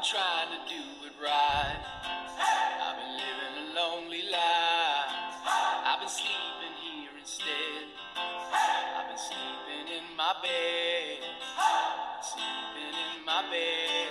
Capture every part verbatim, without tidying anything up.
trying to do it right. I've been living a lonely life. I've been sleeping here instead. I've been sleeping in my bed. Sleeping in my bed.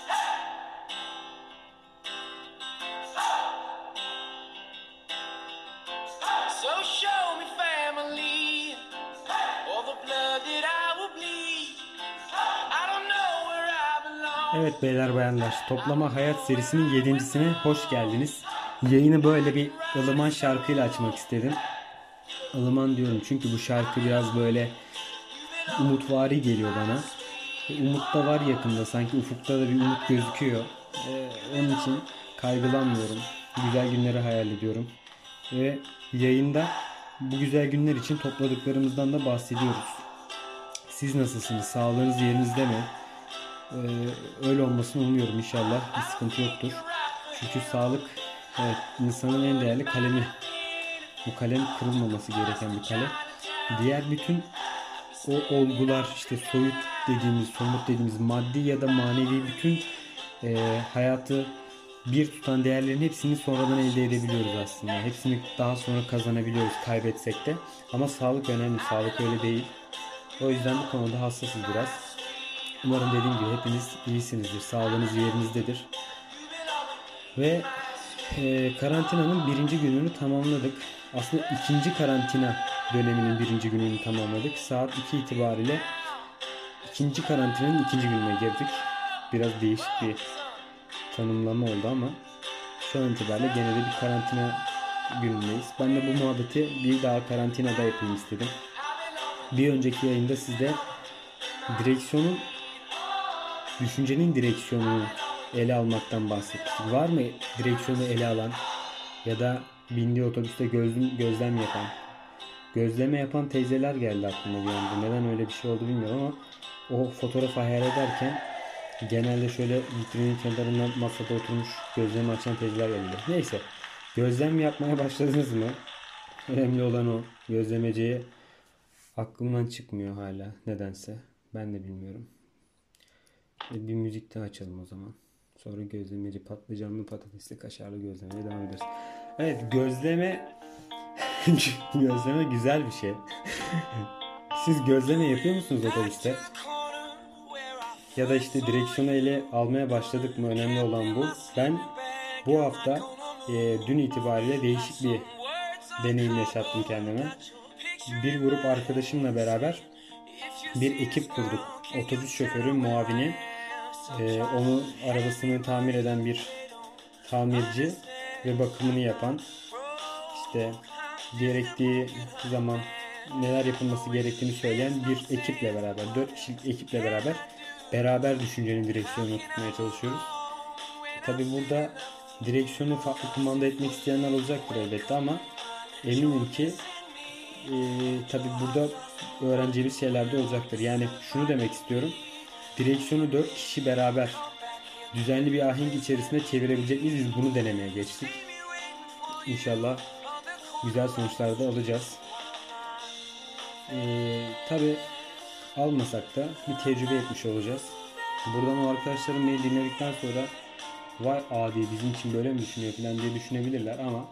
So show me family, all the blood that I will bleed. I don't know where I belong. Evet beyler bayanlar, Toplama Hayat serisinin yedincisine hoş geldiniz. Yayını böyle bir ılıman şarkıyla açmak istedim. Ilıman diyorum çünkü bu şarkı biraz böyle umutvari geliyor bana. Umut da var yakında, sanki ufukta da bir umut gözüküyor. Ee, onun için kaygılanmıyorum. Güzel günleri hayal ediyorum. Ve yayında bu güzel günler için topladıklarımızdan da bahsediyoruz. Siz nasılsınız? Sağlığınız yerinizde mi? Ee, öyle olmasını umuyorum inşallah. Bir sıkıntı yoktur. Çünkü sağlık, evet, insanın en değerli kalemi. Bu kalem kırılmaması gereken bir kalem. Diğer bütün o olgular, işte soyut dediğimiz, somut dediğimiz, maddi ya da manevi bütün e, hayatı bir tutan değerlerin hepsini sonradan elde edebiliyoruz aslında. Hepsini daha sonra kazanabiliyoruz kaybetsek de. Ama sağlık önemli. Sağlık öyle değil. O yüzden bu konuda hassasız biraz. Umarım dediğim gibi hepiniz iyisinizdir. Sağlığınız yerinizdedir. Ve e, karantinanın birinci gününü tamamladık. Aslında ikinci karantina döneminin birinci gününü tamamladık. Saat iki itibariyle ikinci karantinanın ikinci gününe girdik. Biraz değişik bir tanımlama oldu ama şu an itibariyle gene de bir karantina günündeyiz. Ben de bu muhabbeti bir daha karantinada yapayım istedim. Bir önceki yayında sizde direksiyonun, düşüncenin direksiyonunu ele almaktan bahsetmiştik. Var mı direksiyonu ele alan ya da bindiği otobüste gözlem, gözlem yapan, gözleme yapan teyzeler geldi aklıma bir anda. Neden öyle bir şey oldu bilmiyorum ama o fotoğrafı hayal ederken genelde şöyle vitrinin kenarında masada oturmuş gözlemi açan teyzeler geldi. Neyse, gözlem yapmaya başladınız mı? Önemli olan o. Gözlemeciye aklımdan çıkmıyor hala nedense. Ben de bilmiyorum. Bir müzik de açalım o zaman. Sonra gözlemeci patlıcanlı, patatesli, kaşarlı gözlemeye devam ederiz. Evet, gözleme gözleme güzel bir şey. Siz gözleme yapıyor musunuz otobüste? Ya da işte direksiyonu ele almaya başladık mı? Önemli olan bu. Ben bu hafta e, dün itibariyle değişik bir deneyim yaşattım kendime. Bir grup arkadaşımla beraber bir ekip kurduk. Otobüs şoförü, muavini, e, onu arabasını tamir eden bir tamirci ve bakımını yapan, işte gerektiği zaman neler yapılması gerektiğini söyleyen bir ekiple beraber, dört kişilik ekiple beraber beraber düşüncenin direksiyonunu tutmaya çalışıyoruz. Tabi burada direksiyonu farklı kumanda etmek isteyenler olacaktır elbette ama eminim ki e, tabi burada öğreneceğimiz şeyler de olacaktır. Yani şunu demek istiyorum. Direksiyonu dört kişi beraber düzenli bir ahenk içerisinde çevirebilecek miyiz? Biz bunu denemeye geçtik. İnşallah güzel sonuçlar da alacağız. Ee, tabi almasak da bir tecrübe etmiş olacağız. Buradan o arkadaşlarım beni dinledikten sonra vay adi bizim için böyle mi düşünüyor falan diye düşünebilirler ama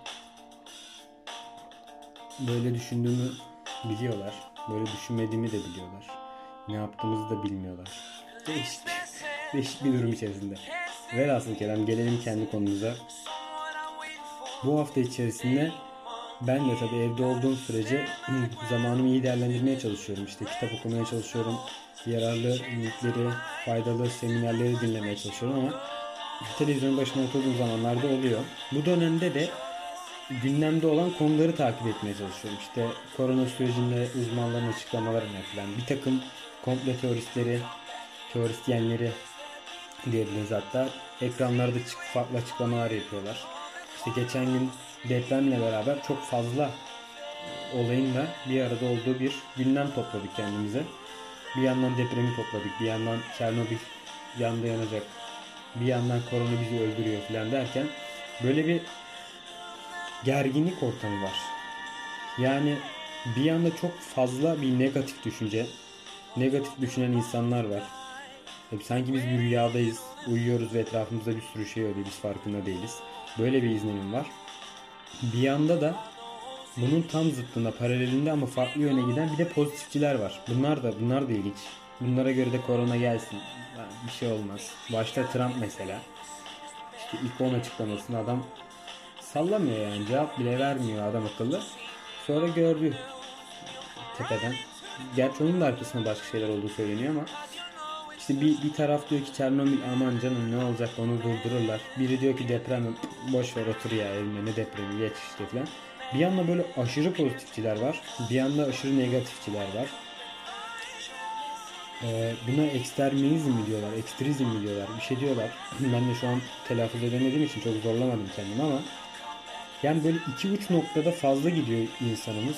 böyle düşündüğümü biliyorlar. Böyle düşünmediğimi de biliyorlar. Ne yaptığımızı da bilmiyorlar. Değişik, değişik bir durum içerisinde. Velhasıl kelam gelelim kendi konumuza. Bu hafta içerisinde ben de tabii evde olduğum sürece zamanımı iyi değerlendirmeye çalışıyorum. İşte kitap okumaya çalışıyorum. Yararlı linkleri, faydalı seminerleri dinlemeye çalışıyorum ama televizyon başına oturduğum zamanlarda oluyor. Bu dönemde de gündemde olan konuları takip etmeye çalışıyorum. İşte korona sürecinde uzmanların açıklamalarına falan, bir takım komple teoristleri, teoristyenleri diyebiliriz hatta. Ekranlarda çıkıp farklı açıklamalar yapıyorlar. İşte geçen gün depremle beraber çok fazla olayın da bir arada olduğu bir gündem topladık kendimize. Bir yandan depremi topladık, bir yandan Çernobil yanda yanacak, bir yandan korona bizi öldürüyor falan derken böyle bir gerginlik ortamı var. Yani bir yanda çok fazla bir negatif düşünce, negatif düşünen insanlar var. Hep sanki biz bir rüyadayız, uyuyoruz ve etrafımızda bir sürü şey oluyor, biz farkında değiliz. Böyle bir izlenim var. Bir yanda da bunun tam zıttında, paralelinde ama farklı yöne giden bir de pozitifçiler var. Bunlar da bunlar da ilginç. Bunlara göre de korona gelsin, bir şey olmaz. Başta Trump mesela. İşte ilk on açıklamasını adam sallamıyor yani, cevap bile vermiyor adam akıllı. Sonra gördü tepeden. Gerçi onun da arkasında başka şeyler olduğu söyleniyor ama işte bir, bir taraf diyor ki Çernobil, aman canım ne olacak, onu durdururlar. Biri diyor ki deprem, boş ver otur ya evine, ne depremi, geç işte falan. Bir yanda böyle aşırı pozitifçiler var. Bir yanda aşırı negatifçiler var. Ee, buna ekstremizm mi diyorlar, ekstremizm mi diyorlar, bir şey diyorlar. Ben de şu an telaffuz edemediğim için çok zorlamadım kendimi ama yani böyle iki uç noktada fazla gidiyor insanımız.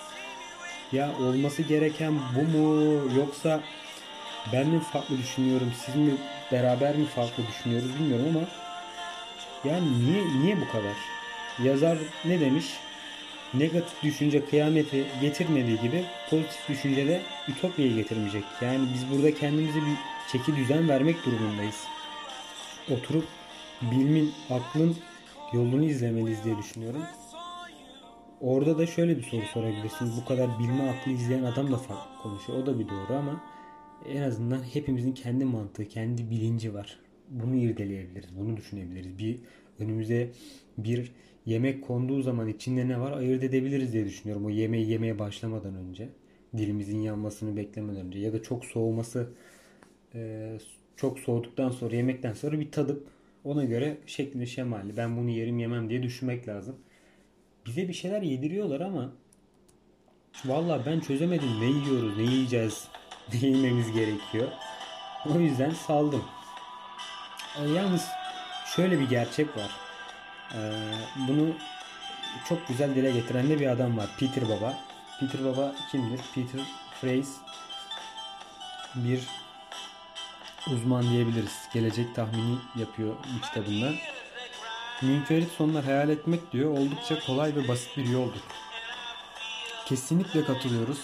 Ya olması gereken bu mu, yoksa ben mi farklı düşünüyorum, siz mi beraber mi farklı düşünüyoruz bilmiyorum ama yani niye niye bu kadar? Yazar ne demiş? Negatif düşünce kıyameti getirmediği gibi pozitif düşünce de ütopyayı getirmeyecek. Yani biz burada kendimize bir çeki düzen vermek durumundayız. Oturup bilimin, aklın yolunu izlemeliyiz diye düşünüyorum. Orada da şöyle bir soru sorabilirsiniz. Bu kadar bilme aklı izleyen adam da farklı konuşuyor. O da bir doğru ama en azından hepimizin kendi mantığı, kendi bilinci var. Bunu irdeleyebiliriz, bunu düşünebiliriz. Bir önümüze bir yemek konduğu zaman içinde ne var ayırt edebiliriz diye düşünüyorum. O yemeği yemeye başlamadan önce, dilimizin yanmasını beklemeden önce ya da çok soğuması, e, çok soğuduktan sonra, yemekten sonra bir tadıp ona göre şeklini şemali, ben bunu yerim yemem diye düşünmek lazım. Bize bir şeyler yediriyorlar ama valla ben çözemedim, ne yiyoruz, ne yiyeceğiz, ne yememiz gerekiyor. O yüzden saldım. E, yalnız şöyle bir gerçek var. E, bunu çok güzel dile getiren de bir adam var. Peter Baba. Peter Baba kimdir? Peter Frase bir uzman diyebiliriz. Gelecek tahmini yapıyor bu kitabında. Münferit sonlar hayal etmek diyor. Oldukça kolay ve basit bir yoldur. Kesinlikle katılıyoruz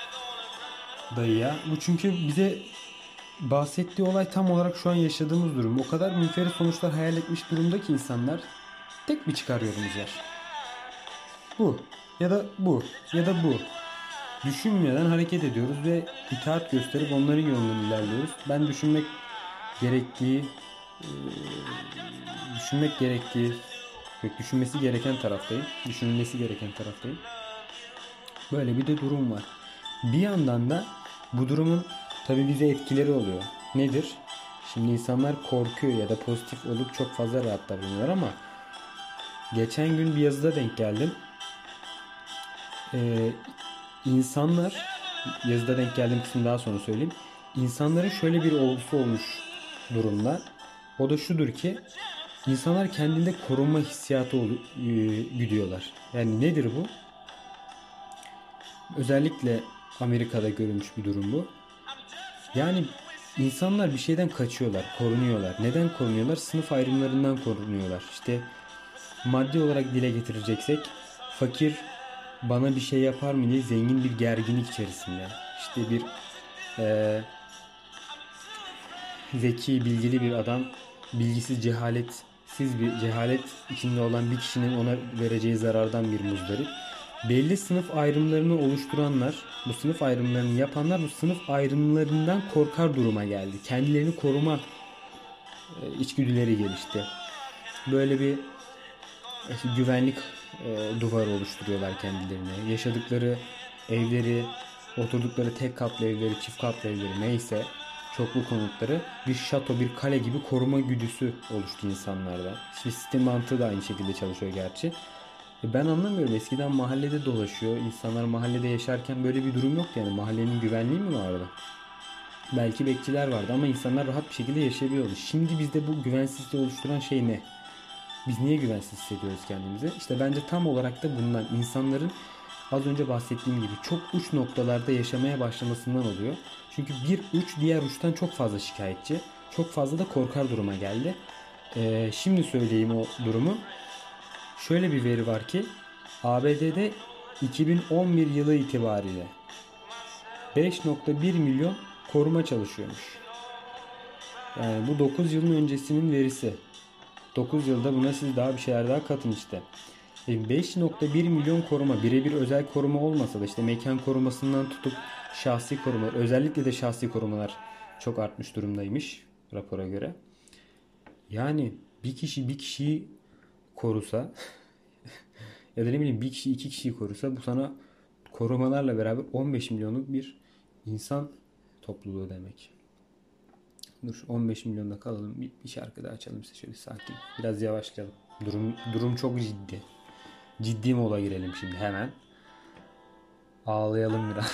dayıya. Bu çünkü bize bahsettiği olay tam olarak şu an yaşadığımız durum. O kadar münferit sonuçlar hayal etmiş durumda ki insanlar, tek bir çıkar yolumuz var. Bu ya da bu ya da bu. Düşünmeden hareket ediyoruz ve itaat gösterip onların yolundan ilerliyoruz. Ben düşünmek gerektiği, düşünmek gerektiği, yok, düşünmesi gereken taraftayım. Düşünülmesi gereken taraftayım. Böyle bir de durum var. Bir yandan da bu durumun tabii bize etkileri oluyor. Nedir? Şimdi insanlar korkuyor ya da pozitif olup çok fazla rahat davranıyorlar ama geçen gün bir yazıda denk geldim. Ee, insanlar, yazıda denk geldiğim kısmı daha sonra söyleyeyim. İnsanların şöyle bir olgusu olmuş durumda. O da şudur ki insanlar kendinde korunma hissiyatı güdüyorlar. Yani nedir bu? Özellikle Amerika'da görülmüş bir durum bu. Yani insanlar bir şeyden kaçıyorlar, korunuyorlar. Neden korunuyorlar? Sınıf ayrımlarından korunuyorlar. İşte maddi olarak dile getireceksek, fakir bana bir şey yapar mı diye zengin bir gerginlik içerisinde. İşte bir e, zeki, bilgili bir adam, bilgisiz, cehaletsiz bir cehalet içinde olan bir kişinin ona vereceği zarardan bir muzdarip. Belli sınıf ayrımlarını oluşturanlar, bu sınıf ayrımlarını yapanlar bu sınıf ayrımlarından korkar duruma geldi. Kendilerini koruma e, içgüdüleri gelişti. Böyle bir işte, güvenlik e, duvarı oluşturuyorlar kendilerine. Yaşadıkları evleri, oturdukları tek katlı evleri, çift katlı evleri neyse, çoklu konutları bir şato, bir kale gibi koruma güdüsü oluştu insanlarda. İşte sistem mantığı da aynı şekilde çalışıyor gerçi. Ben anlamıyorum. Eskiden mahallede dolaşıyor. İnsanlar mahallede yaşarken böyle bir durum yoktu yani. Mahallenin güvenliği mi vardı? Belki bekçiler vardı ama insanlar rahat bir şekilde yaşayabiliyordu. Şimdi bizde bu güvensizliği oluşturan şey ne? Biz niye güvensiz hissediyoruz kendimizi? İşte bence tam olarak da bundan, insanların az önce bahsettiğim gibi çok uç noktalarda yaşamaya başlamasından oluyor. Çünkü bir uç diğer uçtan çok fazla şikayetçi. Çok fazla da korkar duruma geldi. Ee, şimdi söyleyeyim o durumu. Şöyle bir veri var ki A B D'de iki bin on bir yılı itibariyle beş nokta bir milyon koruma çalışıyormuş. Yani bu dokuz yılın öncesinin verisi. dokuz yılda buna siz daha bir şeyler daha katın işte. beş nokta bir milyon koruma, birebir özel koruma olmasa da işte mekan korumasından tutup şahsi korumalar, özellikle de şahsi korumalar çok artmış durumdaymış rapora göre. Yani bir kişi bir kişiyi korusa ya da ne bileyim bir kişi iki kişiyi korusa bu sana korumalarla beraber on beş milyonluk bir insan topluluğu demek. Dur on beş milyonda kalalım. Bir, bir şarkı daha açalım size şöyle sakin. Biraz yavaşlayalım. Durum durum çok ciddi. Ciddi mola girelim şimdi hemen. Ağlayalım biraz.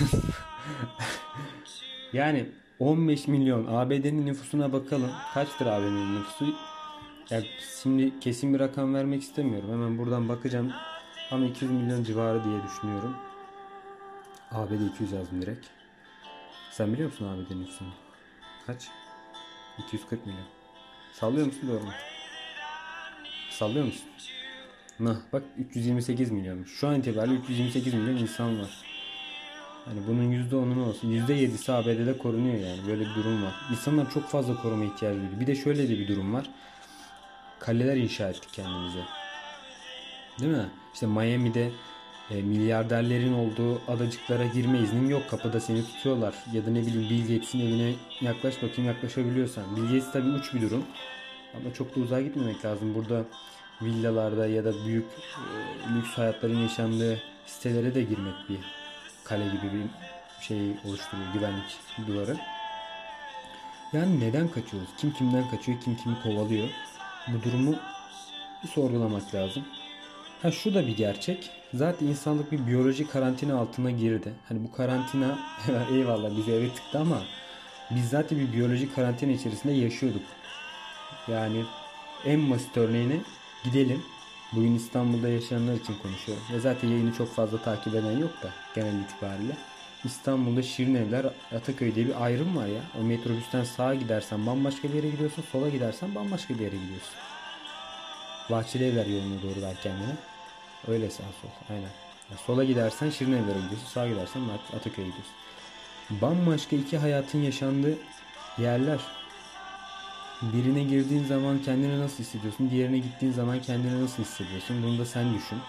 Yani on beş milyon A B D'nin nüfusuna bakalım. Kaçtır A B D'nin nüfusu? Yani şimdi kesin bir rakam vermek istemiyorum. Hemen buradan bakacağım. Ama iki yüz milyon civarı diye düşünüyorum. A B D iki yüz yazdım direkt. Sen biliyor musun A B D'nin nüfusunu? Kaç? iki yüz kırk milyon. Sallıyor musun, doğru mu? Sallıyor musun? Nah bak üç yüz yirmi sekiz milyonmuş. Şu an itibariyle üç yüz yirmi sekiz milyon insan var. Hani bunun yüzde onunu olsun. yüzde yedisi A B D'de korunuyor yani. Böyle bir durum var. İnsanlar çok fazla koruma ihtiyacı duyuyor. Bir de şöyle de bir durum var. Kaleler inşa ettik kendimize. Değil mi? İşte Miami'de e, milyarderlerin olduğu adacıklara girme iznin yok. Kapıda seni tutuyorlar. Ya da ne bileyim Bill Gates'in evine yaklaş bakayım, yaklaşabiliyorsan. Bill Gates tabii uç bir durum. Ama çok da uzağa gitmemek lazım. Burada villalarda ya da büyük e, lüks hayatların yaşandığı sitelere de girmek bir kale gibi bir şey oluşturuyor, güvenlik duvarı. Yani neden kaçıyoruz? Kim kimden kaçıyor, kim kimi kovalıyor? Bu durumu bir sorgulamak lazım. Ha şu da bir gerçek. Zaten insanlık bir biyoloji karantina altına girdi. Hani bu karantina eyvallah bizi eve tıktı ama biz zaten bir biyoloji karantina içerisinde yaşıyorduk. Yani en basit örneğine gidelim. Bugün İstanbul'da yaşayanlar için konuşuyorum. Ve zaten yayını çok fazla takip eden yok da genel itibariyle. İstanbul'da Şirinevler, Ataköy diye bir ayrım var ya. O metrobüsten sağa gidersen bambaşka bir yere gidiyorsun. Sola gidersen bambaşka bir yere gidiyorsun. Bahçelievler yoluna doğru ver kendini. Öyle sağ sol. Aynen. Yani sola gidersen Şirinevler'e gidiyorsun. Sağa gidersen Ataköy'e gidiyorsun. Bambaşka iki hayatın yaşandığı yerler. Birine girdiğin zaman kendini nasıl hissediyorsun? Diğerine gittiğin zaman kendini nasıl hissediyorsun? Bunu da sen düşün.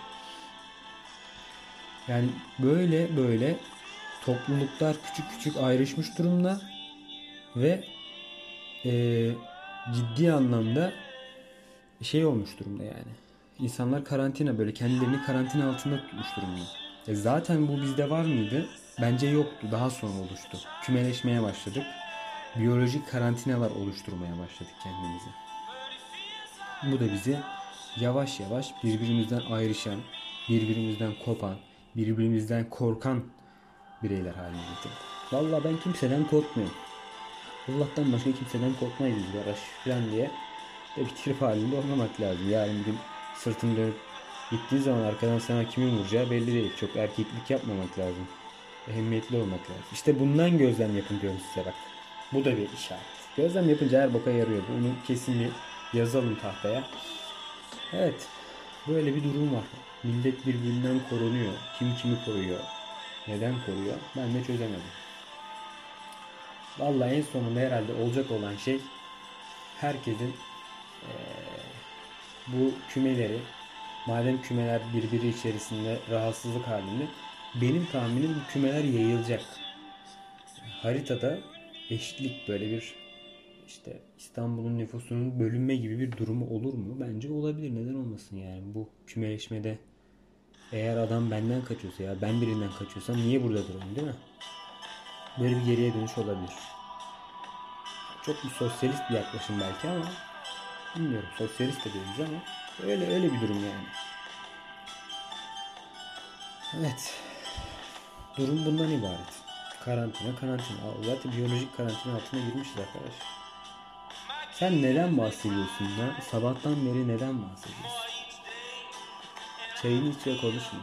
Yani böyle böyle topluluklar küçük küçük ayrışmış durumda ve e, ciddi anlamda şey olmuş durumda yani. İnsanlar karantina, böyle kendilerini karantina altında tutmuş durumda. E zaten bu bizde var mıydı? Bence yoktu. Daha sonra oluştu. Kümeleşmeye başladık. Biyolojik karantinalar oluşturmaya başladık kendimize. Bu da bizi yavaş yavaş birbirimizden ayrışan, birbirimizden kopan, birbirimizden korkan bireyler haline getirdi. Vallahi ben kimseden korkmuyorum. Allah'tan başka kimseden korkmayız biz Barış falan diye de bir trip halinde olmamak lazım. Yarın bir gün sırtını dönüp gittiği zaman arkadan sana kimin vuracağı belli değil. Çok erkeklik yapmamak lazım. Ehemmiyetli olmak lazım. İşte bundan gözlem yapın diyorum size bak. Bu da bir işaret. Gözlem yapınca her boka yarıyor. Bunu kesin bir yazalım tahtaya. Evet. Böyle bir durum var. Millet birbirinden korunuyor. Kim kimi koruyor? Neden koruyor? Ben de çözemedim. Vallahi en sonunda herhalde olacak olan şey herkesin ee, bu kümeleri, madem kümeler birbiri içerisinde rahatsızlık halinde, benim tahminim bu kümeler yayılacak. Haritada eşitlik, böyle bir işte İstanbul'un nüfusunun bölünme gibi bir durumu olur mu? Bence olabilir. Neden olmasın yani? Bu kümeleşmede eğer adam benden kaçıyorsa, ya ben birinden kaçıyorsam niye burada durayım, değil mi? Böyle bir geriye dönüş olabilir. Çok bir sosyalist bir yaklaşım belki ama bilmiyorum. Sosyalist de değiliz ama öyle öyle bir durum yani. Evet. Durum bundan ibaret. Karantina, karantina. Zaten biyolojik karantina altına girmişiz arkadaş. Sen neden bahsediyorsun ya? Sabahtan beri neden bahsediyorsun? Çayını iç ve konuşma.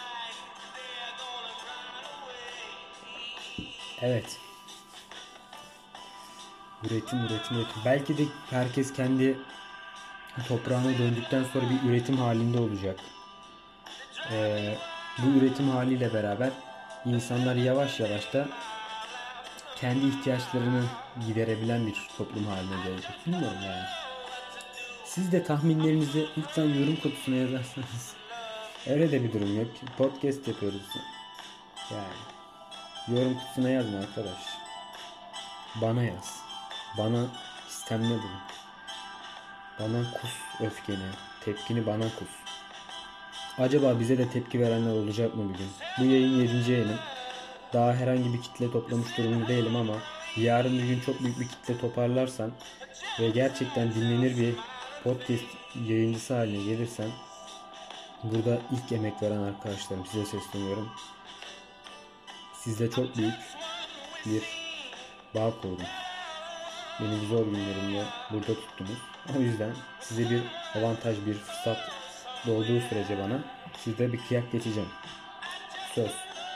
Evet. Üretim, üretim, üretim. Belki de herkes kendi toprağına döndükten sonra bir üretim halinde olacak. Ee, bu üretim haliyle beraber insanlar yavaş yavaş da kendi ihtiyaçlarını giderebilen bir toplum haline gelecek. Bilmiyorum yani. Siz de tahminlerinizi lütfen yorum kutusuna yazarsanız. Öyle de bir durum yok. Podcast yapıyoruz. Yani yorum kutusuna yazma arkadaş. Bana yaz. Bana istemle bulun. Bana kus öfkeni. Tepkini bana kus. Acaba bize de tepki verenler olacak mı bir gün? Bu yayın yedinci yayınım. Daha herhangi bir kitle toplamış durumda değilim ama yarın bir gün çok büyük bir kitle toparlarsam ve gerçekten dinlenir bir podcast yayıncısı haline gelirsem, burada ilk emek veren arkadaşlarım, size sesleniyorum. Sizle çok büyük bir bağ kurdum. Beni bu zor günlerimde burada tuttunuz. O yüzden size bir avantaj, bir fırsat doğduğu sürece bana sizde bir kıyak geçeceğim. Söz.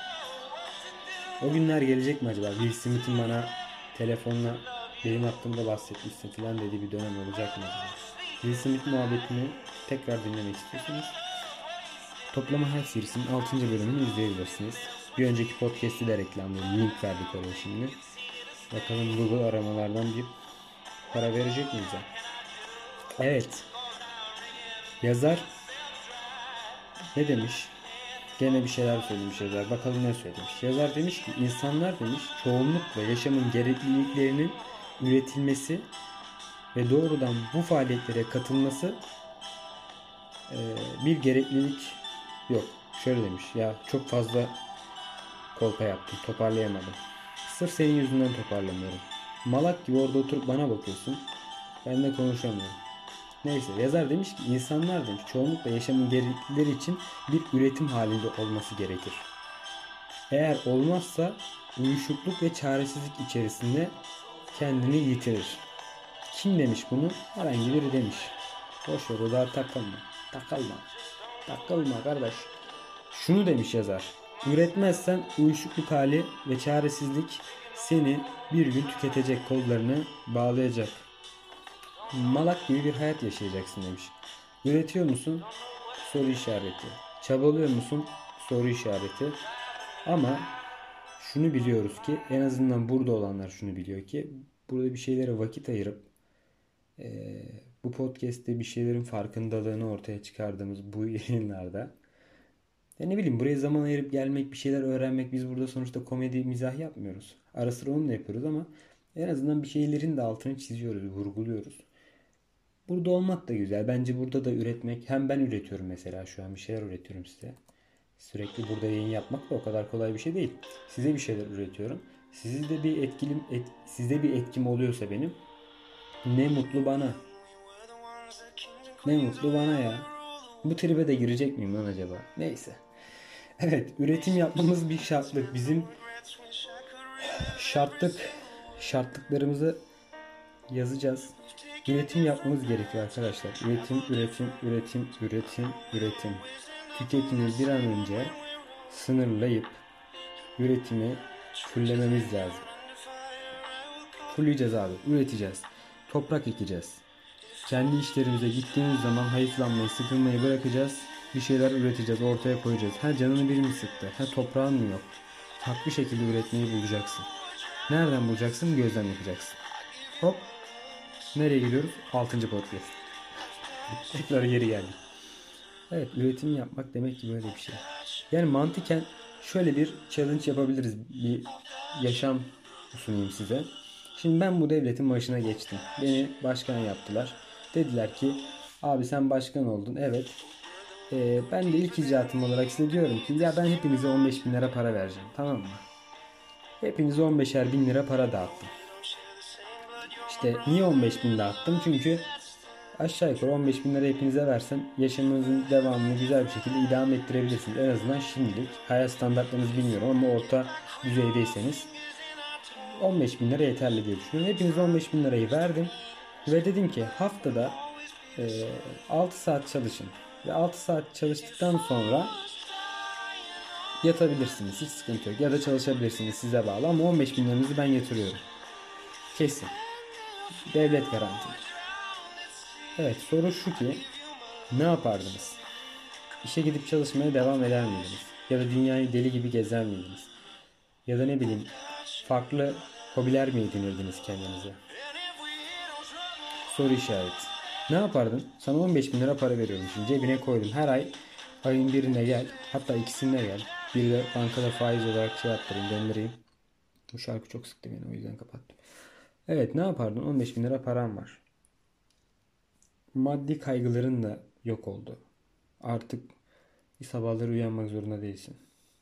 O günler gelecek mi acaba? Will Smith'in bana telefonla benim hakkımda bahsetmişsin falan dediği bir dönem olacak mı acaba? Will Smith muhabbetini tekrar dinlemek istiyorsanız Toplama Hayat serisinin altıncı bölümünü izleyebilirsiniz. Bir önceki podcast'i de reklamladım. Link verdik oraya şimdi. Bakalım Google aramalardan bir para verecek miyiz? Evet. Yazar ne demiş? Gene bir şeyler söylemiş yazar. Bakalım ne söylemiş. Yazar demiş ki insanlar demiş çoğunlukla yaşamın gerekliliklerinin üretilmesi ve doğrudan bu faaliyetlere katılması e, bir gereklilik yok. Şöyle demiş. Ya çok fazla kolpa yaptım. Toparlayamadım. Sırf senin yüzünden toparlamıyorum. Malak gibi orada oturup bana bakıyorsun. Ben de konuşamıyorum. Neyse yazar demiş ki insanlar demiş çoğunlukla yaşamın gereklilikleri için bir üretim halinde olması gerekir. Eğer olmazsa uyuşukluk ve çaresizlik içerisinde kendini yitirir. Kim demiş bunu? Herhangi biri demiş. Boş ver o daha takılma. Takılma. Takılma kardeş. Şunu demiş yazar. Üretmezsen uyuşukluk hali ve çaresizlik seni bir gün tüketecek, kollarını bağlayacak. Malak gibi bir hayat yaşayacaksın demiş. Üretiyor musun? Soru işareti. Çabalıyor musun? Soru işareti. Ama şunu biliyoruz ki en azından burada olanlar şunu biliyor ki burada bir şeylere vakit ayırıp e, bu podcast'te bir şeylerin farkındalığını ortaya çıkardığımız bu yayınlarda ya ne bileyim buraya zaman ayırıp gelmek, bir şeyler öğrenmek, biz burada sonuçta komedi, mizah yapmıyoruz. Ara sıra onu da yapıyoruz ama en azından bir şeylerin de altını çiziyoruz, vurguluyoruz. Burada olmak da güzel. Bence burada da üretmek. Hem ben üretiyorum mesela şu an bir şeyler üretiyorum size. Sürekli burada yayın yapmak da o kadar kolay bir şey değil. Size bir şeyler üretiyorum. Sizde bir etkilim, et, sizde bir etkim oluyorsa benim ne mutlu bana. Ne mutlu bana ya. Bu tribe de girecek miyim lan acaba? Neyse. Evet, üretim yapmamız bir şartlık. Bizim şartlık şartlıklarımızı yazacağız. Üretim yapmamız gerekiyor arkadaşlar. Üretim, üretim, üretim, üretim, üretim. Tüketimi bir an önce sınırlayıp üretimi fullememiz lazım. Fulleyeceğiz abi. Üreteceğiz. Toprak ekeceğiz. Kendi işlerimize gittiğimiz zaman hayıflanmayı, sıkılmayı bırakacağız. Bir şeyler üreteceğiz. Ortaya koyacağız. Ha canını biri mi sıktı? Ha toprağın mı yok? Farklı şekilde üretmeyi bulacaksın. Nereden bulacaksın? Gözlem yapacaksın. Hop. Nereye geliyoruz? altıncı podcast. Tekrar geri geldik. Evet, üretim yapmak demek ki böyle bir şey. Yani mantıken şöyle bir challenge yapabiliriz. Bir yaşam sunayım size. Şimdi ben bu devletin başına geçtim. Beni başkan yaptılar. Dediler ki abi sen başkan oldun. Evet. Ee, ben de ilk icraatım olarak size diyorum ki ya ben hepinize on beş bin lira para vereceğim. Tamam mı? Hepinize on beşer bin lira para dağıttım. İşte niye on beş bin dağıttım? Çünkü aşağı yukarı on beş bin lira hepinize versem yaşamınızın devamını güzel bir şekilde idame ettirebilirsiniz. En azından şimdilik. Hayat standartlarınızı bilmiyorum ama orta düzeydeyseniz on beş bin lira yeterli diye düşünüyorum. Hepinize on beş bin lirayı verdim. Ve dedim ki haftada e, altı saat çalışın. Ve altı saat çalıştıktan sonra yatabilirsiniz. Hiç sıkıntı yok. Ya da çalışabilirsiniz. Size bağlı. Ama on beş bin liranızı ben yatırıyorum. Kesin. Devlet garanti. Evet, soru şu ki ne yapardınız? İşe gidip çalışmaya devam eder miydiniz? Ya da dünyayı deli gibi gezer miydiniz? Ya da ne bileyim farklı Hobiler mi edinirdiniz kendinize? Soru işareti. Ne yapardın? Sana on beş bin lira para veriyorum şimdi. Cebine koydum. Her ay ayın birine gel. Hatta ikisine gel. Bir de bankada faiz olarak şey yaptırayım, göndereyim. Bu şarkı çok sıktı beni, o yüzden kapattım. Evet, ne yapardın? on beş bin lira param var. Maddi kaygıların da yok oldu. Artık sabahları uyanmak zorunda değilsin.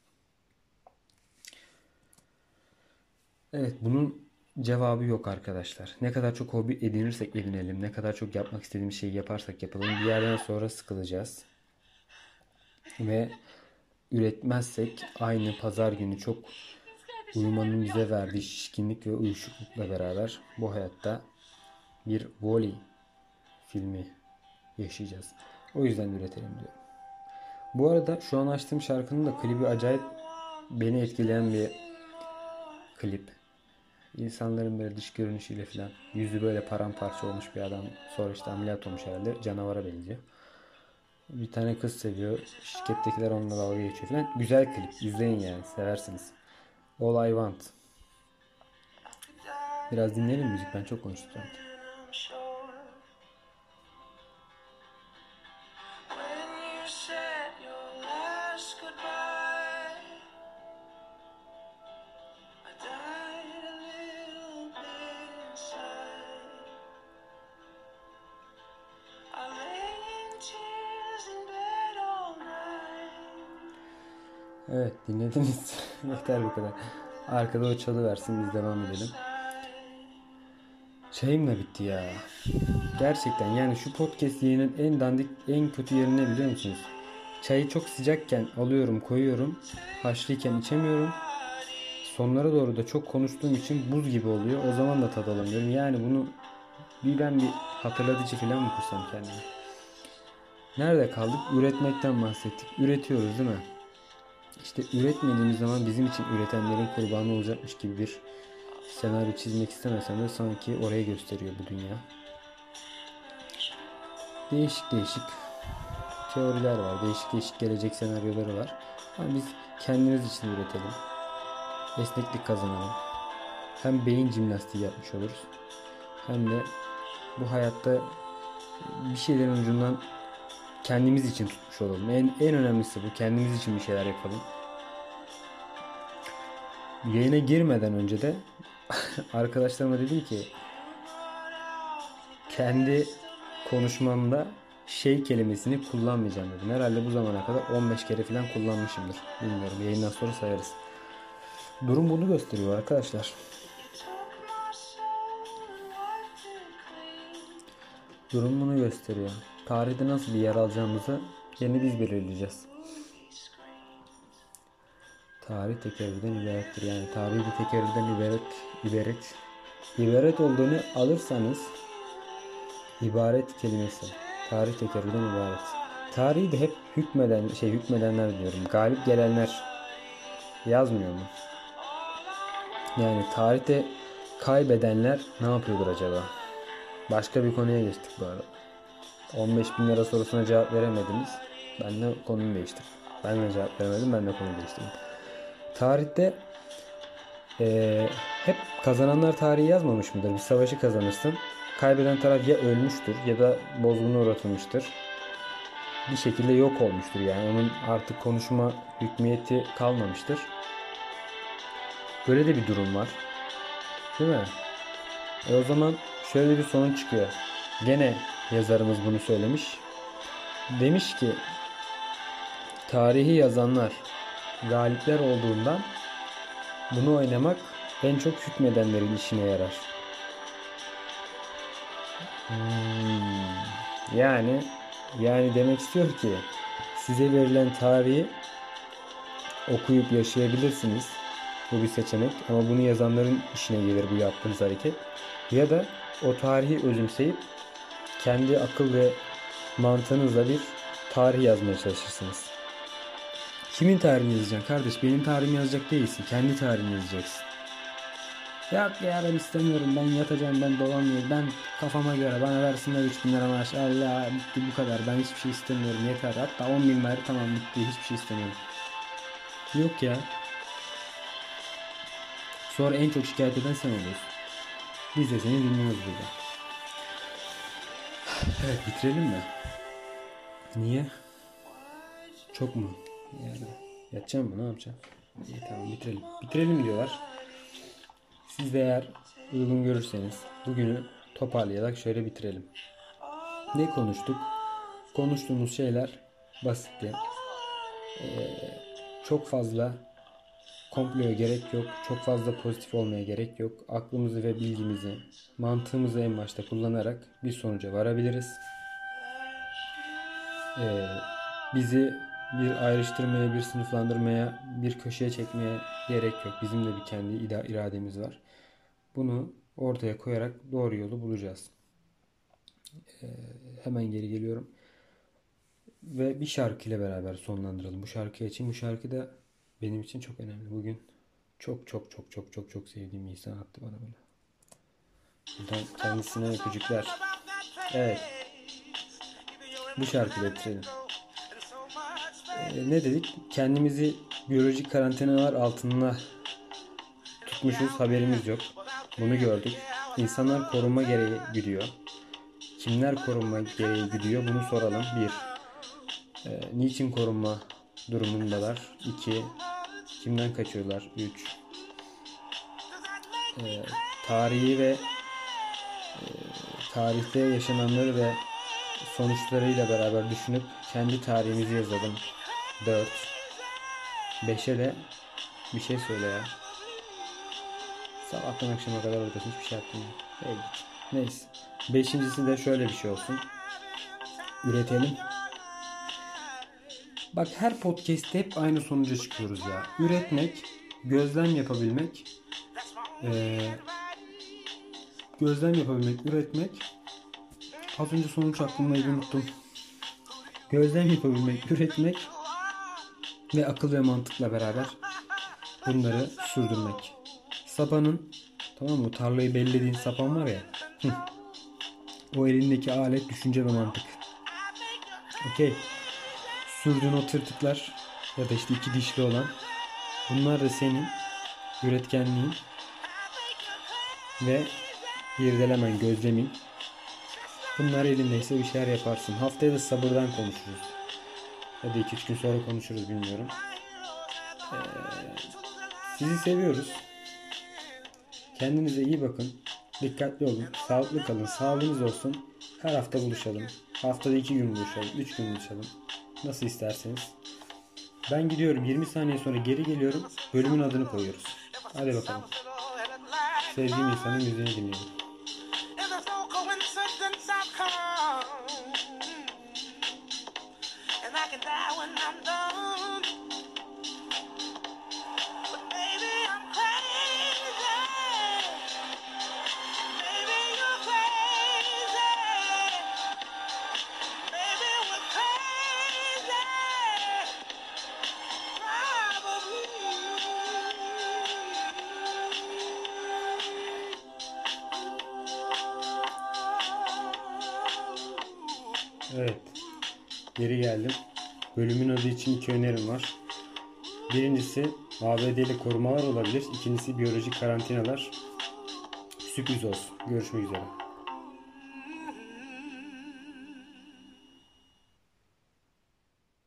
Evet, bunun cevabı yok arkadaşlar. Ne kadar çok hobi edinirsek edinelim, ne kadar çok yapmak istediğimiz şeyi yaparsak yapalım, bir yerden sonra sıkılacağız. Ve üretmezsek aynı pazar günü çok uyumanın bize verdiği şişkinlik ve uyuşuklukla beraber bu hayatta bir Wall-E filmi yaşayacağız. O yüzden üretelim diyorum. Bu arada şu an açtığım şarkının da klibi acayip beni etkileyen bir klip. İnsanların böyle dış görünüşüyle falan, yüzü böyle paramparça olmuş bir adam, sonra işte ameliyat olmuş herhalde, canavara benziyor. Bir tane kız seviyor, şirkettekiler onunla dalga geçiyor falan. Güzel klip, izleyin yani, seversiniz. All I Want. Biraz dinleyelim müzik, ben çok konuştum sanki. Evet, dinlediniz. Yeter bu kadar. Arkada o çalıversin, biz devam edelim. Çayım da bitti ya. Gerçekten yani şu podcast yayının en dandik, en kötü yeri ne biliyor musunuz? Çayı çok sıcakken alıyorum, koyuyorum. Haşlıyken içemiyorum. Sonlara doğru da çok konuştuğum için buz gibi oluyor. O zaman da tad alamıyorum. Yani bunu bir ben bir hatırlatıcı falan mı kursam kendime? Nerede kaldık? Üretmekten bahsettik. Üretiyoruz değil mi? İşte üretmediğimiz zaman bizim için üretenlerin kurbanı olacakmış gibi bir senaryo çizmek istemesem de sanki orayı gösteriyor bu dünya. Değişik değişik teoriler var. Değişik değişik gelecek senaryoları var. Ama biz kendimiz için üretelim. Esneklik kazanalım. Hem beyin jimnastiği yapmış oluruz. Hem de bu hayatta bir şeylerin ucundan kendimiz için tutmuş olalım. En, en önemlisi bu. Kendimiz için bir şeyler yapalım. Yayına girmeden önce de arkadaşlarıma dedim ki kendi konuşmamda şey kelimesini kullanmayacağım dedim. Herhalde bu zamana kadar on beş kere falan kullanmışımdır. Bilmiyorum. Yayından sonra sayarız. Durum bunu gösteriyor arkadaşlar. Durum bunu gösteriyor. Tarihte nasıl bir yer alacağımızı yeni biz belirleyeceğiz. Tarih tekerrürden ibarettir. Yani tarihi de tekerrürden ibaret, ibaret, ibaret olduğunu alırsanız ibaret kelimesi. Tarih tekerrürden ibaret. Tarihi de hep hükmeden, şey hükmedenler diyorum. Galip gelenler yazmıyor mu? Yani tarihte kaybedenler ne yapıyordur acaba? Başka bir konuya geçtik bu arada. on beş bin lira sorusuna cevap veremediniz. Ben de konuyu değiştirdim. Ben de cevap veremedim. Ben de konuyu değiştirdim. Tarihte ee, hep kazananlar tarihi yazmamış mıdır? Bir savaşı kazanırsın. Kaybeden taraf ya ölmüştür ya da bozguna uğratılmıştır. Bir şekilde yok olmuştur yani. Onun artık konuşma hükmiyeti kalmamıştır. Böyle de bir durum var. Değil mi? E o zaman şöyle bir sonuç çıkıyor. Gene yazarımız bunu söylemiş. Demiş ki tarihi yazanlar galipler olduğundan bunu oynamak en çok hükmedenlerin işine yarar. Hmm, yani yani demek istiyor ki size verilen tarihi okuyup yaşayabilirsiniz. Bu bir seçenek ama bunu yazanların işine gelir bu yaptığınız hareket. Ya da o tarihi özümseyip kendi akıl ve mantığınızla bir tarih yazmaya çalışırsınız. Kimin tarihini yazacaksın kardeş? Benim tarihimi yazacak değilsin. Kendi tarihini yazacaksın. Yok ya ben istemiyorum. Ben yatacağım. Ben dolanmıyorum. Ben kafama göre bana versinler üç bin lira maaş. Allah bitti bu kadar. Ben hiçbir şey istemiyorum. Yeter. Hatta on bin ver. Tamam bitti. Hiçbir şey istemiyorum. Yok ya. Sonra en çok şikayet eden sen oluyorsun. Biz de seni dinliyoruz burada. Evet, bitirelim mi? Niye? Çok mu? Yani yatacağım mı? Ne yapacağım? İyi, tamam, bitirelim. Bitirelim diyorlar. Siz de eğer uygun görürseniz bugünü toparlayarak şöyle bitirelim. Ne konuştuk? Konuştuğumuz şeyler basitti. Ee, çok fazla komploya gerek yok. Çok fazla pozitif olmaya gerek yok. Aklımızı ve bilgimizi, mantığımızı en başta kullanarak bir sonuca varabiliriz. Ee, bizi bir ayrıştırmaya, bir sınıflandırmaya, bir köşeye çekmeye gerek yok. Bizim de bir kendi irademiz var. Bunu ortaya koyarak doğru yolu bulacağız. Ee, hemen geri geliyorum. Ve bir şarkıyla beraber sonlandıralım. Bu şarkı için, bu şarkı da benim için çok önemli. Bugün çok çok çok çok çok çok sevdiğim bir insan attı bana böyle. Buradan kendisine öpücükler. Evet. Bu şarkıyla bitirelim. Ee, ne dedik? Kendimizi biyolojik karantinalar altında tutmuşuz. Haberimiz yok. Bunu gördük. İnsanlar korunma gereği gidiyor. Kimler korunma gereği gidiyor? Bunu soralım. Bir. E, niçin korunma durumundalar? İki. Kimden kaçıyorlar? Üç. E, tarihi ve e, tarihte yaşananları ve sonuçlarıyla beraber düşünüp kendi tarihimizi yazalım. Dört. Beşe de bir şey söyle ya. Sabahtan akşama kadar oradasın, hiçbir şey yaptım. Evet. Neyse. Beşincisi de şöyle bir şey olsun. Üretelim. Bak, her podcast'te hep aynı sonuca çıkıyoruz ya. Üretmek, gözlem yapabilmek, ee, gözlem yapabilmek, üretmek. Az önce sonuç aklımdaydı, unuttum. Gözlem yapabilmek, üretmek ve akıl ve mantıkla beraber bunları sürdürmek. Sapanın, tamam mı? Tarlayı bellediğin sapan var ya. Hı. O elindeki alet düşünce ve mantık. Okey. Sürdüğün o tırtıklar ya da işte iki dişli olan, bunlar da senin üretkenliğin ve irdelemen, gözlemin. Bunlar elindeyse bir şeyler yaparsın. Haftaya da sabırdan konuşuruz. Ya da iki üç gün sonra konuşuruz, bilmiyorum. Ee, sizi seviyoruz. Kendinize iyi bakın. Dikkatli olun. Sağlıklı kalın. Sağlığınız olsun. Her hafta buluşalım. Haftada iki gün buluşalım. Üç gün buluşalım. Nasıl isterseniz. Ben gidiyorum. yirmi saniye sonra geri geliyorum. Bölümün adını koyuyoruz. Hadi bakalım. Sevdiğim insanın müziğini dinleyelim. Evet. Geri geldim. Bölümün adı için iki önerim var. Birincisi A B D'li korumalar olabilir. İkincisi biyolojik karantinalar. Sürpriz olsun. Görüşmek üzere.